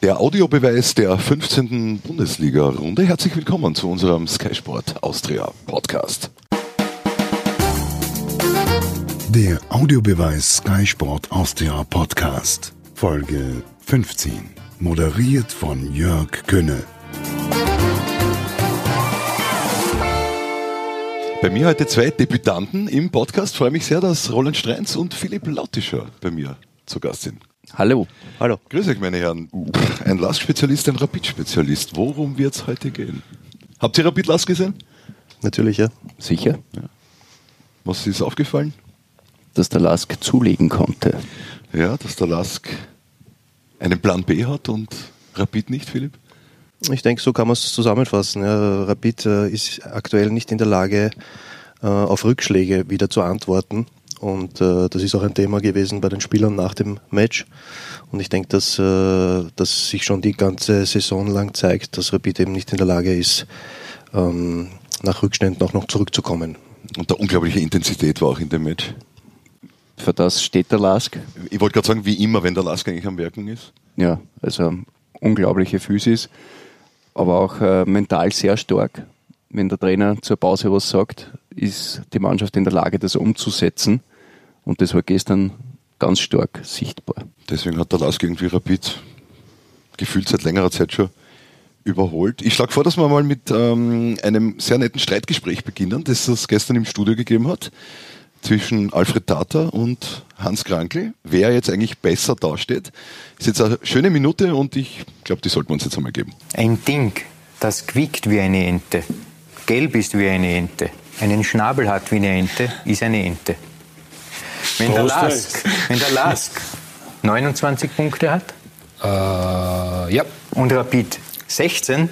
Der Audiobeweis der 15. Bundesliga-Runde. Herzlich willkommen zu unserem Sky Sport Austria Podcast. Der Audiobeweis Sky Sport Austria Podcast, Folge 15, moderiert von Jörg Könne. Bei mir heute zwei Debütanten im Podcast. Freue mich sehr, dass Roland Streins und Philipp Lautischer bei mir zu Gast sind. Hallo. Hallo. Grüß euch, meine Herren. Ein LASK-Spezialist, ein Rapid-Spezialist. Worum wird es heute gehen? Habt ihr Rapid LASK gesehen? Natürlich, ja. Sicher, Ja. Was ist aufgefallen? dass der LASK zulegen konnte. Ja, dass der LASK einen Plan B hat und Rapid nicht, Philipp? Ich denke, so kann man es zusammenfassen. Ja, Rapid ist aktuell nicht in der Lage, auf Rückschläge wieder zu antworten. Und das ist auch ein Thema gewesen bei den Spielern nach dem Match. Und ich denke, dass sich schon die ganze Saison lang zeigt, dass Rapid eben nicht in der Lage ist, nach Rückständen auch noch zurückzukommen. Und der unglaubliche Intensität war auch in dem Match. Für das steht der LASK. Ich wollte gerade sagen, wie immer, wenn der LASK eigentlich am Werken ist. Ja, also unglaubliche Physis, aber auch mental sehr stark. Wenn der Trainer zur Pause was sagt, ist die Mannschaft in der Lage, das umzusetzen. Und das war gestern ganz stark sichtbar. Deswegen hat der LASK irgendwie Rapid gefühlt seit längerer Zeit schon überholt. Ich schlage vor, dass wir mal mit einem sehr netten Streitgespräch beginnen, das es gestern im Studio gegeben hat, zwischen Alfred Tata und Hans Krankl. Wer jetzt eigentlich besser dasteht, ist jetzt eine schöne Minute und ich glaube, die sollten wir uns jetzt einmal geben. Ein Ding, das quickt wie eine Ente, gelb ist wie eine Ente, einen Schnabel hat wie eine Ente, ist eine Ente. Wenn der LASK 29 Punkte hat Ja. und Rapid 16,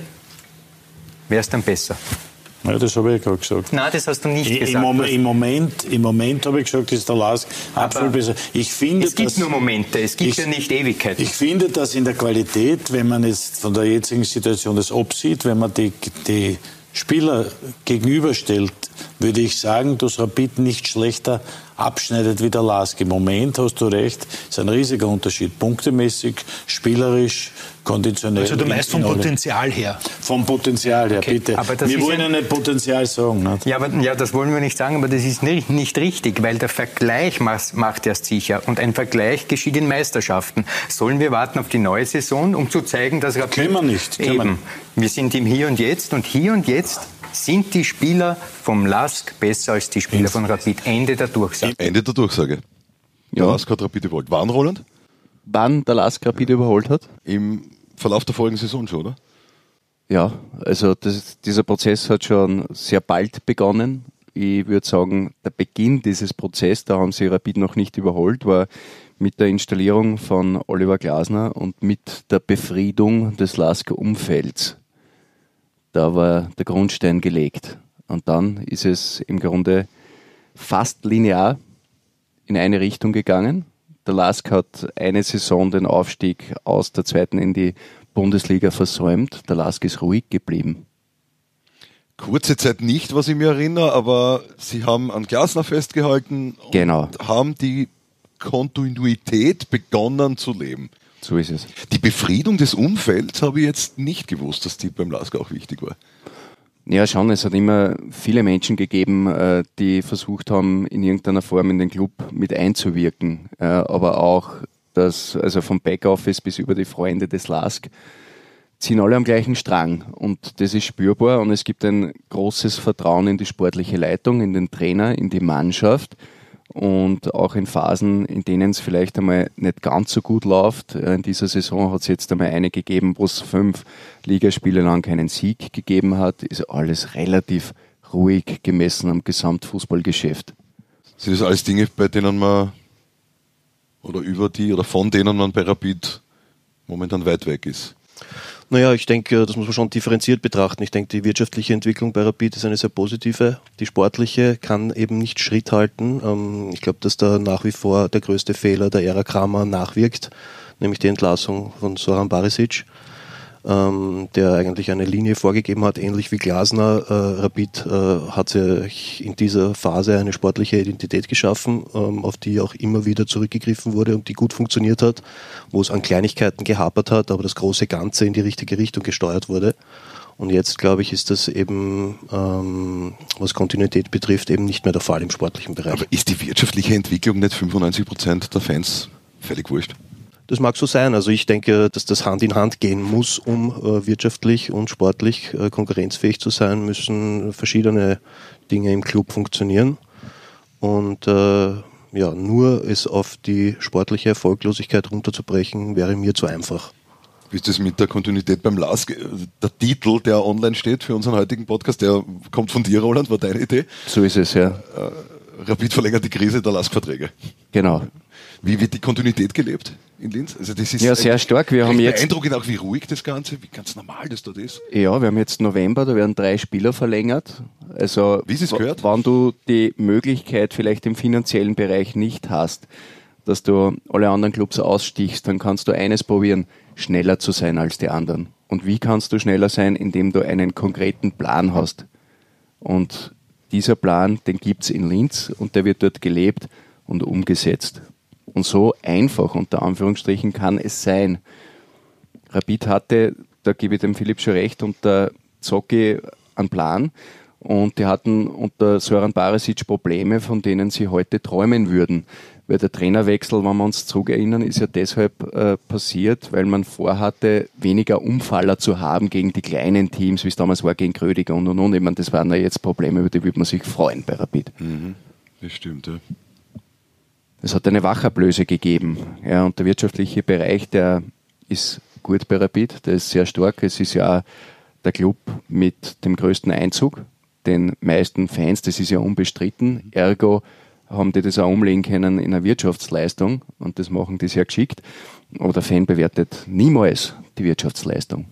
wäre es dann besser. Ja, das habe ich gerade gesagt. Nein, das hast du nicht gesagt. Im Moment habe ich gesagt, ist der LASK absolut besser. Ich finde, Es gibt nur Momente, es gibt ja nicht Ewigkeiten. Ich finde, dass in der Qualität, wenn man jetzt von der jetzigen Situation das absieht, wenn man die Spieler gegenüberstellt, würde ich sagen, dass Rapid nicht schlechter abschneidet wie der LASK. Im Moment hast du recht, ist ein riesiger Unterschied. Punktemäßig, spielerisch, konditionell. Also du meinst vom Potenzial her? Vom Potenzial her, Okay, bitte. aber das Wir ist wollen ja nicht Potenzial sagen. Nicht? Ja, das wollen wir nicht sagen, aber das ist nicht richtig, weil der Vergleich macht erst sicher. Und ein Vergleich geschieht in Meisterschaften. Sollen wir warten auf die neue Saison, um zu zeigen, dass Rapid... Können wir nicht. Wir sind im Hier und Jetzt und hier und jetzt sind die Spieler vom LASK besser als die Spieler von Rapid. Ende der Durchsage. Ende der Durchsage. Der Ja. LASK hat Rapid überholt. Wann, Roland? Wann der LASK Rapid überholt hat? Im Verlauf der vorigen Saison schon, oder? Ja, also dieser Prozess hat schon sehr bald begonnen. Ich würde sagen, der Beginn dieses Prozesses, da haben sie Rapid noch nicht überholt, war mit der Installierung von Oliver Glasner und mit der Befriedung des LASK-Umfelds. Da war der Grundstein gelegt. Und dann ist es im Grunde fast linear in eine Richtung gegangen. Der LASK hat eine Saison den Aufstieg aus der zweiten in die Bundesliga versäumt. Der LASK ist ruhig geblieben. Kurze Zeit nicht, was ich mir erinnere, aber sie haben an Glasner festgehalten und Genau. haben die Kontinuität begonnen zu leben. So ist es. Die Befriedung des Umfelds habe ich jetzt nicht gewusst, dass die beim LASK auch wichtig war. Ja, schon. Es hat immer viele Menschen gegeben, die versucht haben, in irgendeiner Form in den Club mit einzuwirken. Aber auch also vom Backoffice bis über die Freunde des LASK, ziehen alle am gleichen Strang. Und das ist spürbar. Und es gibt ein großes Vertrauen in die sportliche Leitung, in den Trainer, in die Mannschaft. Und auch in Phasen, in denen es vielleicht einmal nicht ganz so gut läuft. In dieser Saison hat es jetzt einmal eine gegeben, wo es 5 Ligaspiele lang keinen Sieg gegeben hat. Ist alles relativ ruhig gemessen am Gesamtfußballgeschäft. Sind das alles Dinge, bei denen man oder von denen man bei Rapid momentan weit weg ist? Naja, ich denke, das muss man schon differenziert betrachten. Ich denke, die wirtschaftliche Entwicklung bei Rapid ist eine sehr positive. Die sportliche kann eben nicht Schritt halten. Ich glaube, dass da nach wie vor der größte Fehler der Ära Kramer nachwirkt, nämlich die Entlassung von Zoran Barisic. der eigentlich eine Linie vorgegeben hat, ähnlich wie Glasner. Rapid hat sich in dieser Phase eine sportliche Identität geschaffen, auf die auch immer wieder zurückgegriffen wurde und die gut funktioniert hat, wo es an Kleinigkeiten gehapert hat, aber das große Ganze in die richtige Richtung gesteuert wurde. Und jetzt, glaube ich, ist das eben, was Kontinuität betrifft, eben nicht mehr der Fall im sportlichen Bereich. Aber ist die wirtschaftliche Entwicklung nicht 95% der Fans völlig wurscht? Das mag so sein. Also ich denke, dass das Hand in Hand gehen muss, um wirtschaftlich und sportlich konkurrenzfähig zu sein, müssen verschiedene Dinge im Club funktionieren. Und nur es auf die sportliche Erfolglosigkeit runterzubrechen, wäre mir zu einfach. Wie ist das mit der Kontinuität beim LASK? Der Titel, der online steht für unseren heutigen Podcast, der kommt von dir, Roland, war deine Idee. So ist es, ja. Rapid verlängert die Krise der LASK-Verträge. Genau. Wie wird die Kontinuität gelebt in Linz? Also das ist ja, sehr stark. Wir haben jetzt beeindruckend auch, wie ruhig das Ganze, wie ganz normal das dort ist. Ja, wir haben jetzt November, da werden 3 Spieler verlängert. Also, wie es gehört? Wenn du die Möglichkeit vielleicht im finanziellen Bereich nicht hast, dass du alle anderen Clubs ausstichst, dann kannst du eines probieren, schneller zu sein als die anderen. Und wie kannst du schneller sein? Indem du einen konkreten Plan hast. Und dieser Plan, den gibt's in Linz und der wird dort gelebt und umgesetzt. Und so einfach, unter Anführungsstrichen, kann es sein. Rapid hatte, da gebe ich dem Philipp schon recht, unter Zocki einen Plan und die hatten unter Soran Barisic Probleme, von denen sie heute träumen würden. Weil der Trainerwechsel, wenn wir uns zurückerinnern, ist ja deshalb passiert, weil man vorhatte, weniger Umfaller zu haben gegen die kleinen Teams, wie es damals war gegen Grödiger und. Ich meine, das waren ja jetzt Probleme, über die würde man sich freuen bei Rapid. Das stimmt, ja. Es hat eine Wachablöse gegeben. Ja, und der wirtschaftliche Bereich, der ist gut bei Rapid, der ist sehr stark. Es ist ja der Club mit dem größten Einzug, den meisten Fans, das ist ja unbestritten. Ergo haben die das auch umlegen können in eine Wirtschaftsleistung und das machen die sehr geschickt. Aber der Fan bewertet niemals die Wirtschaftsleistung.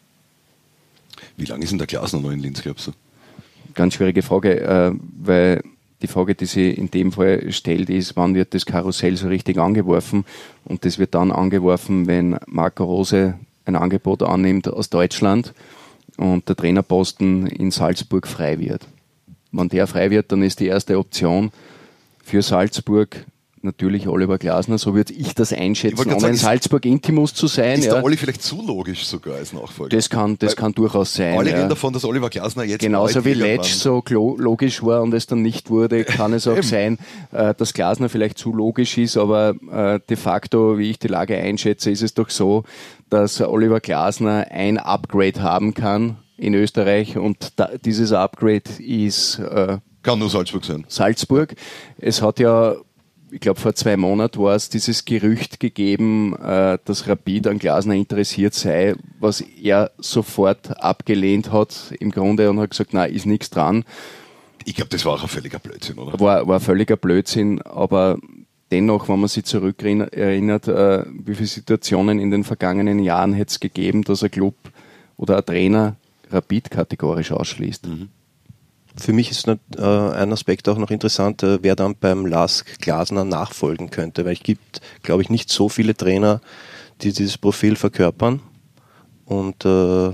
Wie lange ist denn der Glasner noch in Linz, glaubst du? Ganz schwierige Frage, weil die Frage, die sie in dem Fall stellt, ist, wann wird das Karussell so richtig angeworfen? Und das wird dann angeworfen, wenn Marco Rose ein Angebot annimmt aus Deutschland und der Trainerposten in Salzburg frei wird. Wenn der frei wird, dann ist die erste Option für Salzburg natürlich Oliver Glasner, so würde ich das einschätzen, um ein Salzburg Intimus zu sein. Ist der Olli vielleicht zu logisch sogar als Nachfolger? Das kann durchaus sein. Alle reden davon, dass Oliver Glasner jetzt... Genauso wie Letsch so logisch war und es dann nicht wurde, kann es auch sein, dass Glasner vielleicht zu logisch ist, aber de facto, wie ich die Lage einschätze, ist es doch so, dass Oliver Glasner ein Upgrade haben kann in Österreich und dieses Upgrade ist... kann nur Salzburg sein. Salzburg. Es hat ja... Ich glaube, vor 2 Monaten war es dieses Gerücht gegeben, dass Rapid an Glasner interessiert sei, was er sofort abgelehnt hat im Grunde und hat gesagt, nein, ist nichts dran. Ich glaube, das war auch ein völliger Blödsinn, oder? War völliger Blödsinn, aber dennoch, wenn man sich zurückerinnert, wie viele Situationen in den vergangenen Jahren hätte es gegeben, dass ein Club oder ein Trainer Rapid kategorisch ausschließt. Für mich ist ein Aspekt auch noch interessant, wer dann beim LASK Glasner nachfolgen könnte, weil es gibt, glaube ich, nicht so viele Trainer, die dieses Profil verkörpern und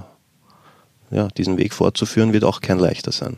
diesen Weg fortzuführen wird auch kein leichter sein.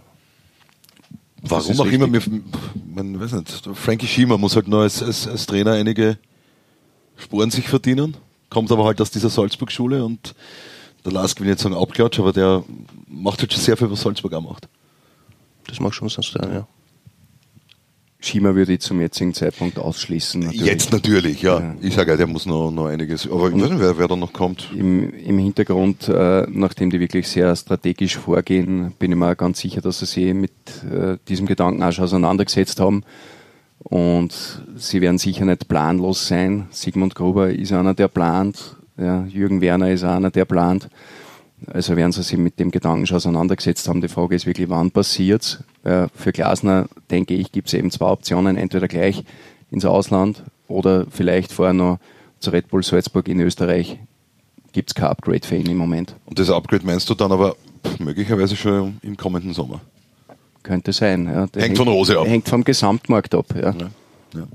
Warum auch immer, man weiß nicht, Frankie Schiemer muss halt noch als Trainer einige Sporen sich verdienen, kommt aber halt aus dieser Salzburg-Schule und der LASK will nicht sagen Abklatsch, aber der macht halt schon sehr viel, was Salzburg auch macht. Das mag schon sein, ja. Schiemer würde ich zum jetzigen Zeitpunkt ausschließen. Natürlich. Jetzt natürlich, ja. Ich sage ja, der muss noch einiges. Aber ich weiß nicht, wer da noch kommt. Im Hintergrund, nachdem die wirklich sehr strategisch vorgehen, bin ich mir ganz sicher, dass sie sich mit diesem Gedanken auch schon auseinandergesetzt haben. Und sie werden sicher nicht planlos sein. Sigmund Gruber ist einer, der plant. Ja, Jürgen Werner ist einer, der plant. Also werden sie sich mit dem Gedanken schon auseinandergesetzt haben. Die Frage ist wirklich, wann passiert's? Für Glasner, denke ich, gibt es eben 2 Optionen. Entweder gleich ins Ausland oder vielleicht vorher noch zu Red Bull Salzburg in Österreich. Gibt es kein Upgrade für ihn im Moment. Und das Upgrade meinst du dann aber möglicherweise schon im kommenden Sommer? Könnte sein. Ja. Hängt von Rose ab. Hängt vom Gesamtmarkt ab. Ja. Ja.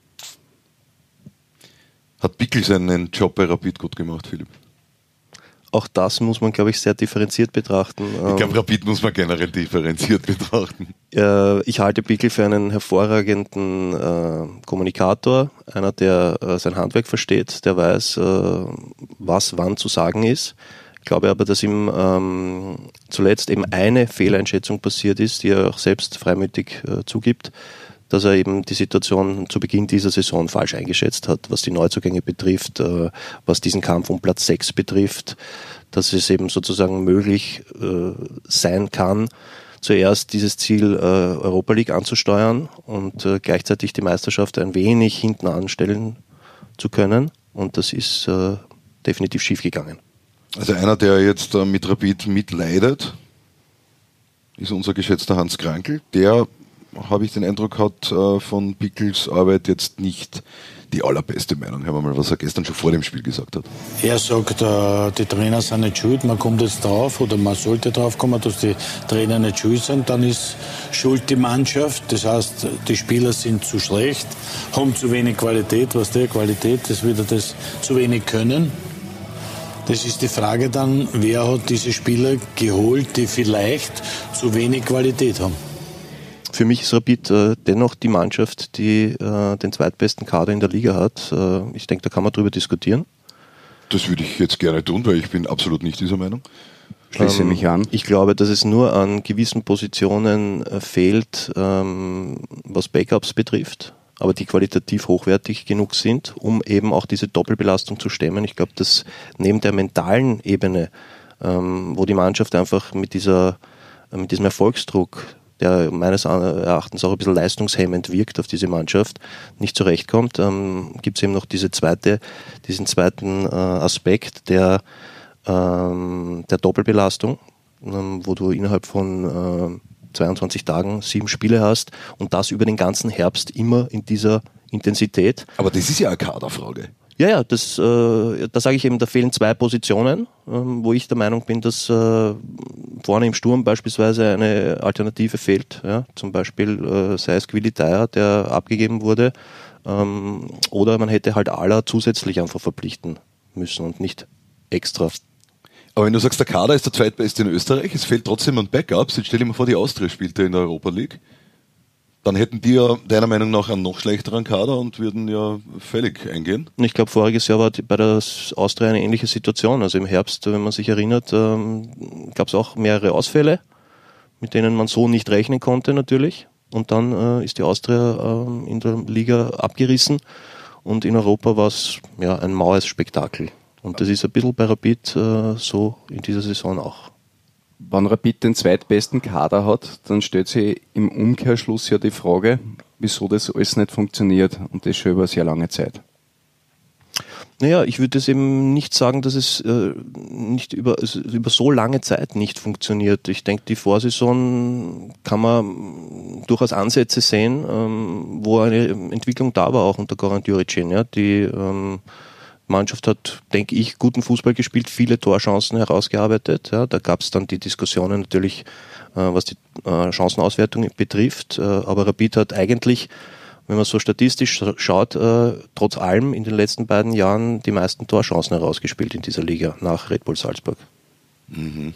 Hat Bickel seinen Job bei Rapid gut gemacht, Philipp? auch das muss man, glaube ich, sehr differenziert betrachten. Ich glaube, Rapid muss man generell differenziert betrachten. Ich halte Bickel für einen hervorragenden Kommunikator, einer, der sein Handwerk versteht, der weiß, was wann zu sagen ist. Ich glaube aber, dass ihm zuletzt eben eine Fehleinschätzung passiert ist, die er auch selbst freimütig zugibt, dass er eben die Situation zu Beginn dieser Saison falsch eingeschätzt hat, was die Neuzugänge betrifft, was diesen Kampf um Platz 6 betrifft, dass es eben sozusagen möglich sein kann, zuerst dieses Ziel Europa League anzusteuern und gleichzeitig die Meisterschaft ein wenig hinten anstellen zu können. Und das ist definitiv schiefgegangen. Also einer, der jetzt mit Rapid mitleidet, ist unser geschätzter Hans Krankl. Der, habe ich den Eindruck, hat von Bickels Arbeit jetzt nicht die allerbeste Meinung. Hören wir mal, was er gestern schon vor dem Spiel gesagt hat. Er sagt, die Trainer sind nicht schuld, man kommt jetzt drauf oder man sollte drauf kommen, dass die Trainer nicht schuld sind, dann ist schuld die Mannschaft. Das heißt, die Spieler sind zu schlecht, haben zu wenig Qualität, Qualität ist wieder das zu wenig können. Das ist die Frage dann, wer hat diese Spieler geholt, die vielleicht zu wenig Qualität haben. Für mich ist Rapid dennoch die Mannschaft, die den zweitbesten Kader in der Liga hat. Ich denke, da kann man drüber diskutieren. Das würde ich jetzt gerne tun, weil ich bin absolut nicht dieser Meinung. Schließe mich an. Ich glaube, dass es nur an gewissen Positionen fehlt, was Backups betrifft, aber die qualitativ hochwertig genug sind, um eben auch diese Doppelbelastung zu stemmen. Ich glaube, dass neben der mentalen Ebene, wo die Mannschaft einfach mit diesem Erfolgsdruck, der meines Erachtens auch ein bisschen leistungshemmend wirkt auf diese Mannschaft, nicht zurechtkommt, gibt es eben noch diesen zweiten Aspekt der Doppelbelastung, wo du innerhalb von 22 Tagen 7 Spiele hast und das über den ganzen Herbst immer in dieser Intensität. Aber das ist ja eine Kaderfrage. Ja, da sage ich eben, da fehlen 2 Positionen, wo ich der Meinung bin, dass vorne im Sturm beispielsweise eine Alternative fehlt. Ja? Zum Beispiel sei es Quilitaya, der abgegeben wurde, oder man hätte halt Aller zusätzlich einfach verpflichten müssen und nicht extra. Aber wenn du sagst, der Kader ist der zweitbeste in Österreich, es fehlt trotzdem ein Backup, jetzt stell dir mal vor, die Austria spielt ja in der Europa League. Dann hätten die ja deiner Meinung nach einen noch schlechteren Kader und würden ja völlig eingehen. Ich glaube, voriges Jahr war bei der Austria eine ähnliche Situation. Also im Herbst, wenn man sich erinnert, gab es auch mehrere Ausfälle, mit denen man so nicht rechnen konnte natürlich. Und dann ist die Austria in der Liga abgerissen und in Europa war es ja ein maues Spektakel. Und das ist ein bisschen bei Rapid so in dieser Saison auch. Wenn Rapid den zweitbesten Kader hat, dann stellt sich im Umkehrschluss ja die Frage, wieso das alles nicht funktioniert und das schon über sehr lange Zeit. Naja, ich würde es eben nicht sagen, dass es nicht über so lange Zeit nicht funktioniert. Ich denke, die Vorsaison kann man durchaus Ansätze sehen, wo eine Entwicklung da war, auch unter Goran Djuricin. Ja, die Mannschaft hat, denke ich, guten Fußball gespielt, viele Torchancen herausgearbeitet. Ja, da gab es dann die Diskussionen natürlich, was die Chancenauswertung betrifft. Aber Rapid hat eigentlich, wenn man so statistisch schaut, trotz allem in den letzten beiden Jahren die meisten Torchancen herausgespielt in dieser Liga nach Red Bull Salzburg. Mhm.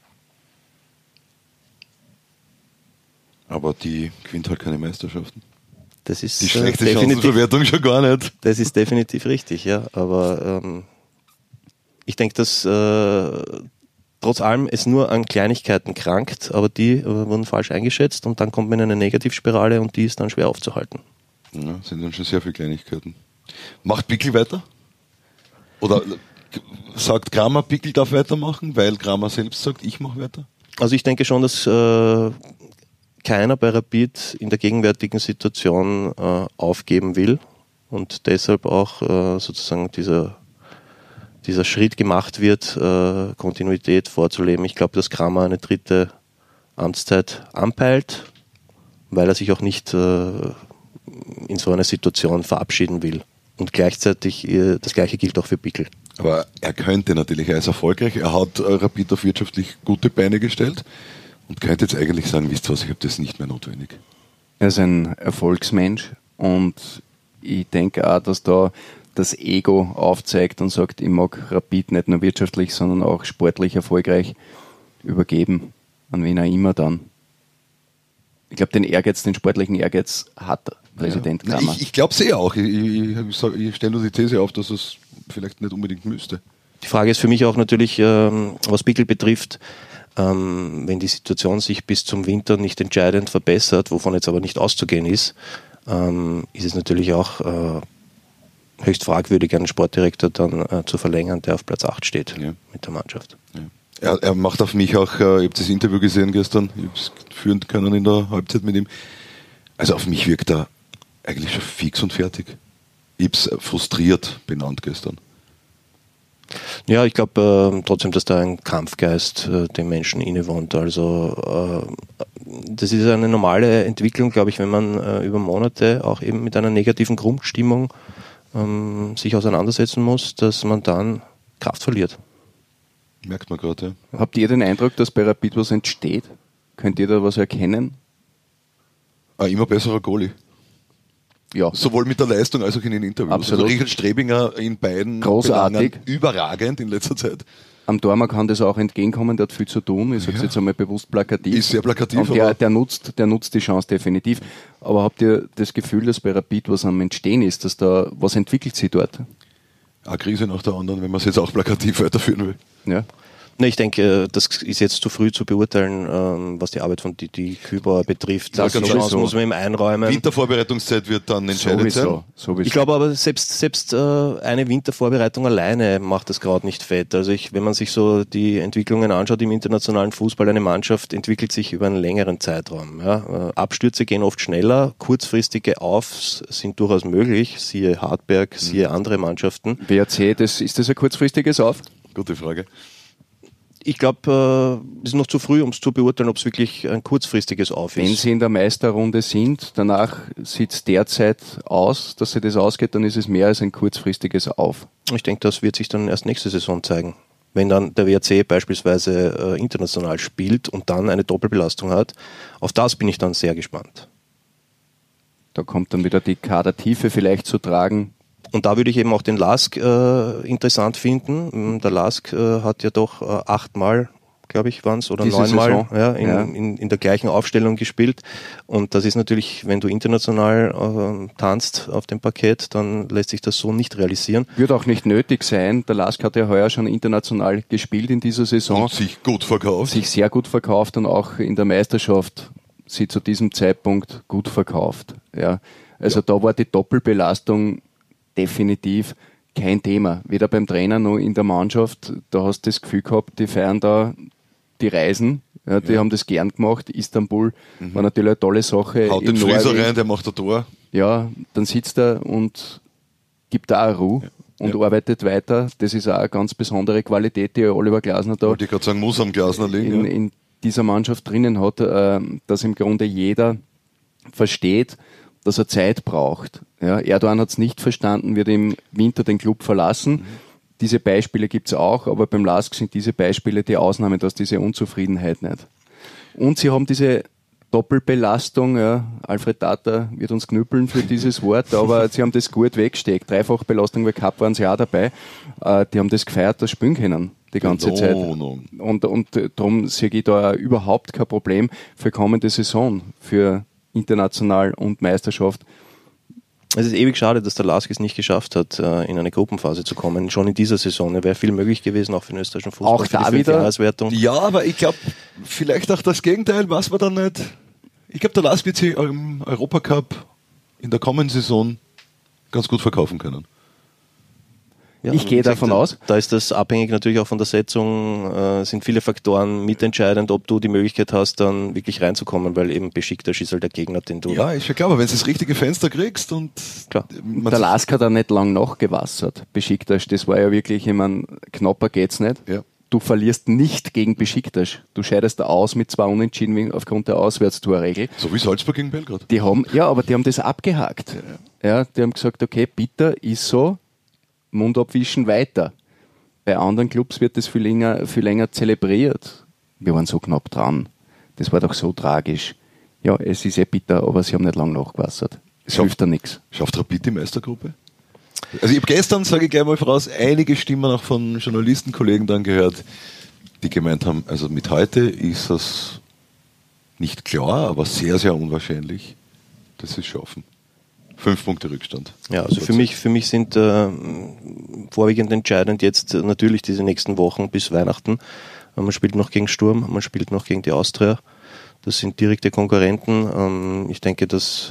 Aber die gewinnt halt keine Meisterschaften. Das ist die schlechte Chancenverwertung schon gar nicht. Das ist definitiv richtig, ja. Aber ich denke, dass trotz allem es nur an Kleinigkeiten krankt, aber die wurden falsch eingeschätzt und dann kommt man in eine Negativspirale und die ist dann schwer aufzuhalten. Ja, sind dann schon sehr viele Kleinigkeiten. Macht Bickel weiter? Oder sagt Kramer, Bickel darf weitermachen, weil Kramer selbst sagt, ich mache weiter? Also ich denke schon, dass keiner bei Rapid in der gegenwärtigen Situation aufgeben will und deshalb auch sozusagen dieser Schritt gemacht wird, Kontinuität vorzuleben. Ich glaube, dass Kramer eine 3. Amtszeit anpeilt, weil er sich auch nicht in so einer Situation verabschieden will. Und gleichzeitig, das Gleiche gilt auch für Bickel. Aber er könnte natürlich, er ist erfolgreich, er hat Rapid auf wirtschaftlich gute Beine gestellt und könnte jetzt eigentlich sagen, wisst ihr was, ich habe das nicht mehr notwendig. Er ist ein Erfolgsmensch und ich denke auch, dass da das Ego aufzeigt und sagt, ich mag Rapid nicht nur wirtschaftlich, sondern auch sportlich erfolgreich übergeben. An wen auch immer dann. Ich glaube, den sportlichen Ehrgeiz hat Präsident Kramer. Ich glaube es auch. Ich stelle nur die These auf, dass es vielleicht nicht unbedingt müsste. Die Frage ist für mich auch natürlich, was Bickel betrifft, wenn die Situation sich bis zum Winter nicht entscheidend verbessert, wovon jetzt aber nicht auszugehen ist es natürlich auch höchst fragwürdig, einen Sportdirektor dann zu verlängern, der auf Platz 8 steht mit der Mannschaft. Ja. Er macht auf mich auch, ich habe das Interview gesehen gestern, ich habe es führen können in der Halbzeit mit ihm. Also auf mich wirkt er eigentlich schon fix und fertig. Ich habe es frustriert benannt gestern. Ja, ich glaube trotzdem, dass da ein Kampfgeist dem Menschen innewohnt. Also das ist eine normale Entwicklung, glaube ich, wenn man über Monate auch eben mit einer negativen Grundstimmung sich auseinandersetzen muss, dass man dann Kraft verliert. Merkt man gerade, ja. Habt ihr den Eindruck, dass bei Rapid was entsteht? Könnt ihr da was erkennen? Ein immer besserer Goalie. Ja. Sowohl mit der Leistung als auch in den Interviews. Absolut. Also Richard Strebinger in beiden großartig, Belangen überragend in letzter Zeit. Am Dormer kann das auch entgegenkommen, der hat viel zu tun. Ich sage es jetzt einmal bewusst plakativ. Ist sehr plakativ. Und der nutzt die Chance definitiv. Aber habt ihr das Gefühl, dass bei Rapid was am Entstehen ist, dass da was entwickelt sich dort? Eine Krise nach der anderen, wenn man es jetzt auch plakativ weiterführen will. Ja. Ich denke, das ist jetzt zu früh zu beurteilen, was die Arbeit von Didi Kübauer betrifft. Das die Chance muss man ihm einräumen. Wintervorbereitungszeit wird dann entscheidend sein. Sowieso. Ich glaube aber, selbst eine Wintervorbereitung alleine macht das Kraut nicht fett. Also wenn man sich so die Entwicklungen anschaut im internationalen Fußball, eine Mannschaft entwickelt sich über einen längeren Zeitraum. Ja. Abstürze gehen oft schneller, kurzfristige Aufs sind durchaus möglich, siehe Hartberg, siehe andere Mannschaften. WRC, ist das ein kurzfristiges Auf? Gute Frage. Ich glaube, es ist noch zu früh, um es zu beurteilen, ob es wirklich ein kurzfristiges Auf ist. Wenn sie in der Meisterrunde sind, danach sieht es derzeit aus, dass sie das ausgeht, dann ist es mehr als ein kurzfristiges Auf. Ich denke, das wird sich dann erst nächste Saison zeigen. Wenn dann der WRC beispielsweise international spielt und dann eine Doppelbelastung hat, auf das bin ich dann sehr gespannt. Da kommt dann wieder die Kadertiefe vielleicht zu tragen. Und da würde ich eben auch den Lask interessant finden. Der Lask hat ja doch 8-mal, glaube ich, waren es, oder 9-mal in der gleichen Aufstellung gespielt. Und das ist natürlich, wenn du international tanzt auf dem Parkett, dann lässt sich das so nicht realisieren. Wird auch nicht nötig sein. Der Lask hat ja heuer schon international gespielt in dieser Saison. Und sich gut verkauft. Sich sehr gut verkauft und auch in der Meisterschaft sie zu diesem Zeitpunkt gut verkauft. Ja. Also da war die Doppelbelastung definitiv kein Thema. Weder beim Trainer noch in der Mannschaft. Da hast du das Gefühl gehabt, die feiern da die Reisen. Ja, die haben das gern gemacht. Istanbul war natürlich eine tolle Sache. Haut den Frieser rein, der macht ein Tor. Ja, dann sitzt er und gibt da auch Ruhe und arbeitet weiter. Das ist auch eine ganz besondere Qualität, die Oliver Glasner da wollte ich gerade sagen, muss am Glasner liegen, in dieser Mannschaft drinnen hat, dass im Grunde jeder versteht, dass er Zeit braucht. Ja, Erdogan hat es nicht verstanden, wird im Winter den Club verlassen. Diese Beispiele gibt es auch, aber beim LASK sind diese Beispiele die Ausnahme, dass diese Unzufriedenheit nicht. Und sie haben diese Doppelbelastung, ja, Alfred Tata wird uns knüppeln für dieses Wort, aber sie haben das gut weggesteckt. Dreifachbelastung, bei Cup waren sie auch dabei. Die haben das gefeiert, das spielen können die ganze Zeit. Und darum sehe ich da überhaupt kein Problem für kommende Saison, für international und Meisterschaft. Es ist ewig schade, dass der LASK es nicht geschafft hat, in eine Gruppenphase zu kommen. Schon in dieser Saison. Da wäre viel möglich gewesen, auch für den österreichischen Fußball. Auch da wieder. Ja, aber ich glaube, vielleicht auch das Gegenteil, was wir dann nicht. Ich glaube, der LASK wird sich im Europacup in der kommenden Saison ganz gut verkaufen können. Ja, ich gehe davon aus. Da ist das abhängig natürlich auch von der Setzung, sind viele Faktoren mitentscheidend, ob du die Möglichkeit hast, dann wirklich reinzukommen, weil eben Besiktas ist halt der Gegner, den du... Ja, ist schon klar, aber wenn du das richtige Fenster kriegst und... Klar. Der LASK hat da nicht lang nachgewassert, Besiktas, das war ja wirklich, ich meine, knapper geht's nicht. Ja. Du verlierst nicht gegen Besiktas. Du scheidest aus mit 2 Unentschieden aufgrund der Auswärtstorregel. So wie Salzburg gegen Belgrad. Aber die haben das abgehakt. Ja, die haben gesagt, okay, bitter ist so, Mund abwischen, weiter. Bei anderen Clubs wird das viel länger zelebriert. Wir waren so knapp dran. Das war doch so tragisch. Ja, es ist bitter, aber sie haben nicht lange nachgewassert. Es hilft da nichts. Schafft Rapid die Meistergruppe? Also ich habe gestern, sage ich gleich mal voraus, einige Stimmen auch von Journalistenkollegen dann gehört, die gemeint haben, also mit heute ist das nicht klar, aber sehr, sehr unwahrscheinlich, dass sie es schaffen. 5 Punkte Rückstand. Ja, also für mich sind vorwiegend entscheidend jetzt natürlich diese nächsten Wochen bis Weihnachten. Man spielt noch gegen Sturm, man spielt noch gegen die Austria. Das sind direkte Konkurrenten. Ich denke, dass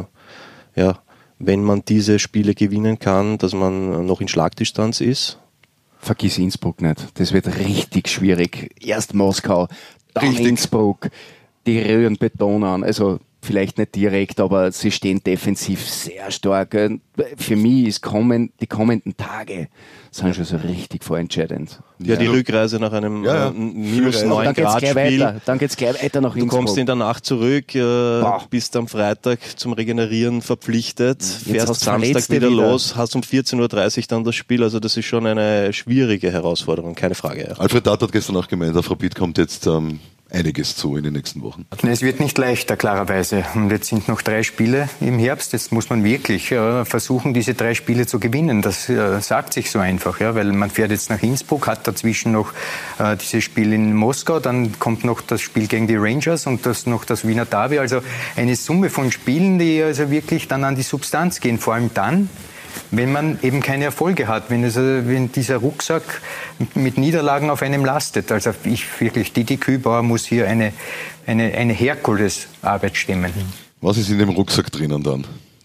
wenn man diese Spiele gewinnen kann, dass man noch in Schlagdistanz ist. Vergiss Innsbruck nicht. Das wird richtig schwierig. Erst Moskau, dann Richtig. Innsbruck. Die rühren Beton an. Also vielleicht nicht direkt, aber sie stehen defensiv sehr stark. Für mich ist die kommenden Tage sind schon so richtig vorentscheidend. Ja, die Rückreise nach einem minus 9 Grad Spiel. Dann geht's gleich weiter nach Innsbruck. Du kommst in der Nacht zurück, bist am Freitag zum Regenerieren verpflichtet, fährst Samstag wieder los, hast um 14.30 Uhr dann das Spiel. Also das ist schon eine schwierige Herausforderung, keine Frage. Ja. Alfred Tat hat gestern auch gemeint, auf Rapid kommt jetzt einiges zu in den nächsten Wochen. Es wird nicht leichter, klarerweise. Und jetzt sind noch 3 Spiele im Herbst. Jetzt muss man wirklich versuchen, diese 3 Spiele zu gewinnen. Das sagt sich so einfach, ja, weil man fährt jetzt nach Innsbruck, hat dazwischen noch dieses Spiel in Moskau, dann kommt noch das Spiel gegen die Rangers und noch das Wiener Derby. Also eine Summe von Spielen, die also wirklich dann an die Substanz gehen. Vor allem dann, wenn man eben keine Erfolge hat, wenn dieser Rucksack mit Niederlagen auf einem lastet. Also Didi Kübauer muss hier eine Herkulesarbeit stemmen. Was ist in dem Rucksack drinnen dann?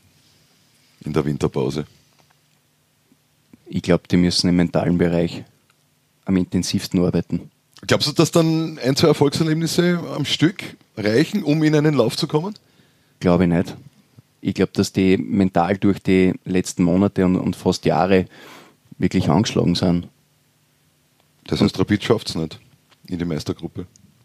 In der Winterpause? Ich glaube, die müssen im mentalen Bereich am intensivsten arbeiten. Glaubst du, dass dann 1, 2 Erfolgserlebnisse am Stück reichen, um in einen Lauf zu kommen? Glaube ich nicht. Ich glaube, dass die mental durch die letzten Monate und fast Jahre wirklich angeschlagen sind. Das heißt, Rapid schafft es nicht in die Meistergruppe.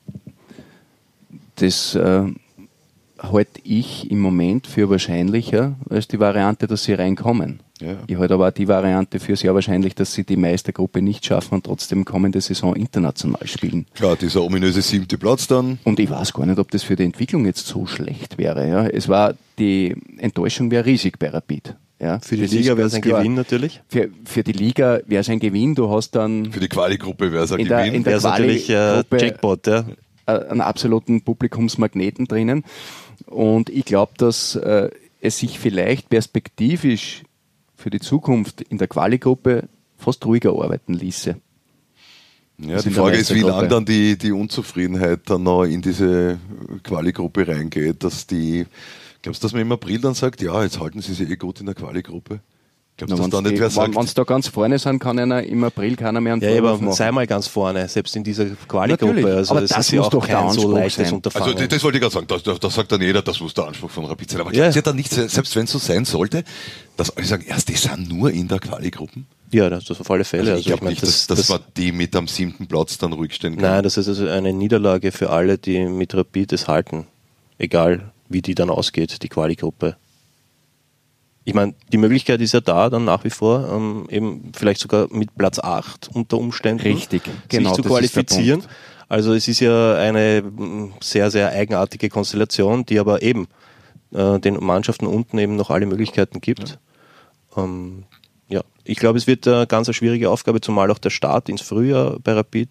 Das halte ich im Moment für wahrscheinlicher als die Variante, dass sie reinkommen. Ja. Ich halte aber auch die Variante für sehr wahrscheinlich, dass sie die Meistergruppe nicht schaffen und trotzdem kommende Saison international spielen. Klar, dieser ominöse 7. Platz dann. Und ich weiß gar nicht, ob das für die Entwicklung jetzt so schlecht wäre. Ja. Die Enttäuschung wäre riesig bei Rapid. Ja. Für die Liga wäre es ein Gewinn natürlich. Für die Liga wäre es ein Gewinn. Du hast dann Für die Quali-Gruppe wäre es ein Gewinn. in der Wäre es natürlich Jackpot, ja. einen absoluten Publikumsmagneten drinnen. Und ich glaube, dass es sich vielleicht perspektivisch für die Zukunft in der Quali-Gruppe fast ruhiger arbeiten ließe. Ja, die Frage ist, wie lange dann die Unzufriedenheit dann noch in diese Quali-Gruppe reingeht, glaubst du, dass man im April dann sagt, ja, jetzt halten sie sich gut in der Quali-Gruppe? Glaubst du, dass da nicht wer sagt? Wenn sie da ganz vorne sind, kann einer im April keiner mehr einen Vorwurf machen. Sei mal ganz vorne, selbst in dieser Quali-Gruppe. Also aber das ist doch kein so leichtes Unterfangen. Also das wollte ich gerade sagen, das sagt dann jeder, das muss der Anspruch von Rapid sein. Aber glaubt ihr dann nicht, selbst wenn es so sein sollte, dass alle sagen, die sind nur in der Quali-Gruppen? Ja, das auf alle Fälle. Also ich glaube nicht, dass man die mit am 7. Platz dann ruhig stehen kann. Nein, das ist also eine Niederlage für alle, die mit Rapid es halten. Egal, wie die dann ausgeht, die Quali-Gruppe. Ich meine, die Möglichkeit ist ja da, dann nach wie vor, eben vielleicht sogar mit Platz 8 unter Umständen richtig, sich zu qualifizieren. Also es ist ja eine sehr, sehr eigenartige Konstellation, die aber eben den Mannschaften unten eben noch alle Möglichkeiten gibt. Ja. Ich glaube, es wird eine ganz schwierige Aufgabe, zumal auch der Start ins Frühjahr bei Rapid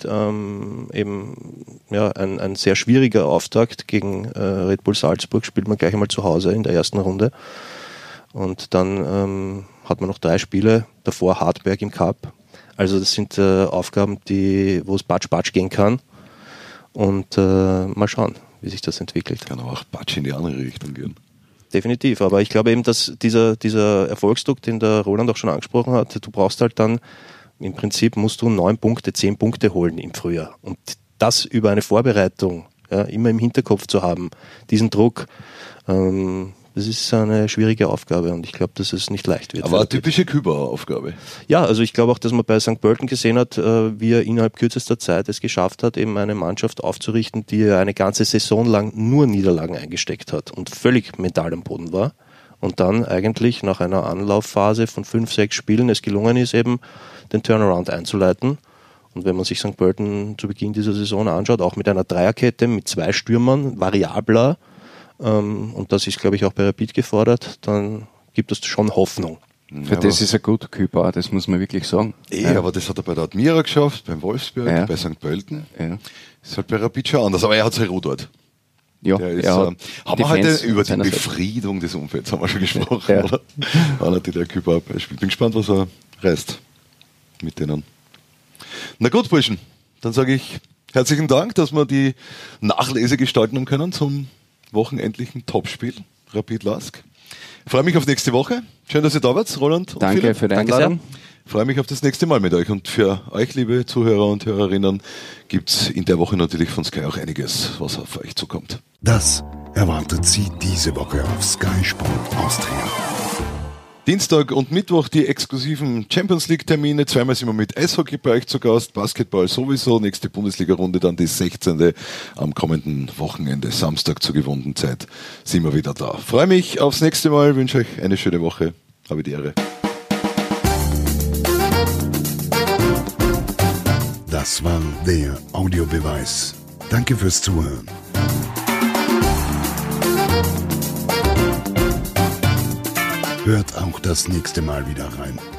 ein sehr schwieriger Auftakt gegen Red Bull Salzburg, spielt man gleich einmal zu Hause in der ersten Runde. Und dann hat man noch 3 Spiele, davor Hartberg im Cup. Also das sind Aufgaben, wo es Batsch gehen kann. Und mal schauen, wie sich das entwickelt. Kann aber auch Batsch in die andere Richtung gehen. Definitiv, aber ich glaube eben, dass dieser Erfolgsdruck, den der Roland auch schon angesprochen hat, du brauchst halt dann, im Prinzip musst du 9 Punkte, 10 Punkte holen im Frühjahr. Und das über eine Vorbereitung, immer im Hinterkopf zu haben, diesen Druck, das ist eine schwierige Aufgabe und ich glaube, dass es nicht leicht wird. Aber eine typische Kübauer-Aufgabe. Ja, also ich glaube auch, dass man bei St. Pölten gesehen hat, wie er innerhalb kürzester Zeit es geschafft hat, eben eine Mannschaft aufzurichten, die eine ganze Saison lang nur Niederlagen eingesteckt hat und völlig mental am Boden war. Und dann eigentlich nach einer Anlaufphase von 5, 6 Spielen es gelungen ist, eben den Turnaround einzuleiten. Und wenn man sich St. Pölten zu Beginn dieser Saison anschaut, auch mit einer Dreierkette, mit 2 Stürmern, variabler, und das ist, glaube ich, auch bei Rapid gefordert, dann gibt es schon Hoffnung. Für das ist er gut, Kübauer, das muss man wirklich sagen. Aber das hat er bei der Admira geschafft, beim Wolfsberg, bei St. Pölten. Ja. Ist halt bei Rapid schon anders, aber er hat sein Ruhe dort. Ja, haben wir heute über die Befriedung des Umfelds haben wir schon gesprochen, oder? Einer, der Kübauer Beispiel. Bin gespannt, was er reißt mit denen. Na gut, Burschen, dann sage ich herzlichen Dank, dass wir die Nachlese gestalten haben können zum wochenendlichen Topspiel Rapid Lask. Freue mich auf nächste Woche. Schön, dass ihr da wart, Roland und Danke Philipp. für deine Einladung. Freue mich auf das nächste Mal mit euch. Und für euch, liebe Zuhörer und Hörerinnen, gibt es in der Woche natürlich von Sky auch einiges, was auf euch zukommt. Das erwartet Sie diese Woche auf Sky Sport Austria. Dienstag und Mittwoch die exklusiven Champions-League-Termine. Zweimal sind wir mit Eishockey bei euch zu Gast, Basketball sowieso. Nächste Bundesliga-Runde dann die 16. am kommenden Wochenende, Samstag zur gewohnten Zeit, sind wir wieder da. Freue mich aufs nächste Mal, wünsche euch eine schöne Woche. Habe die Ehre. Das war der Audiobeweis. Danke fürs Zuhören. Hört auch das nächste Mal wieder rein.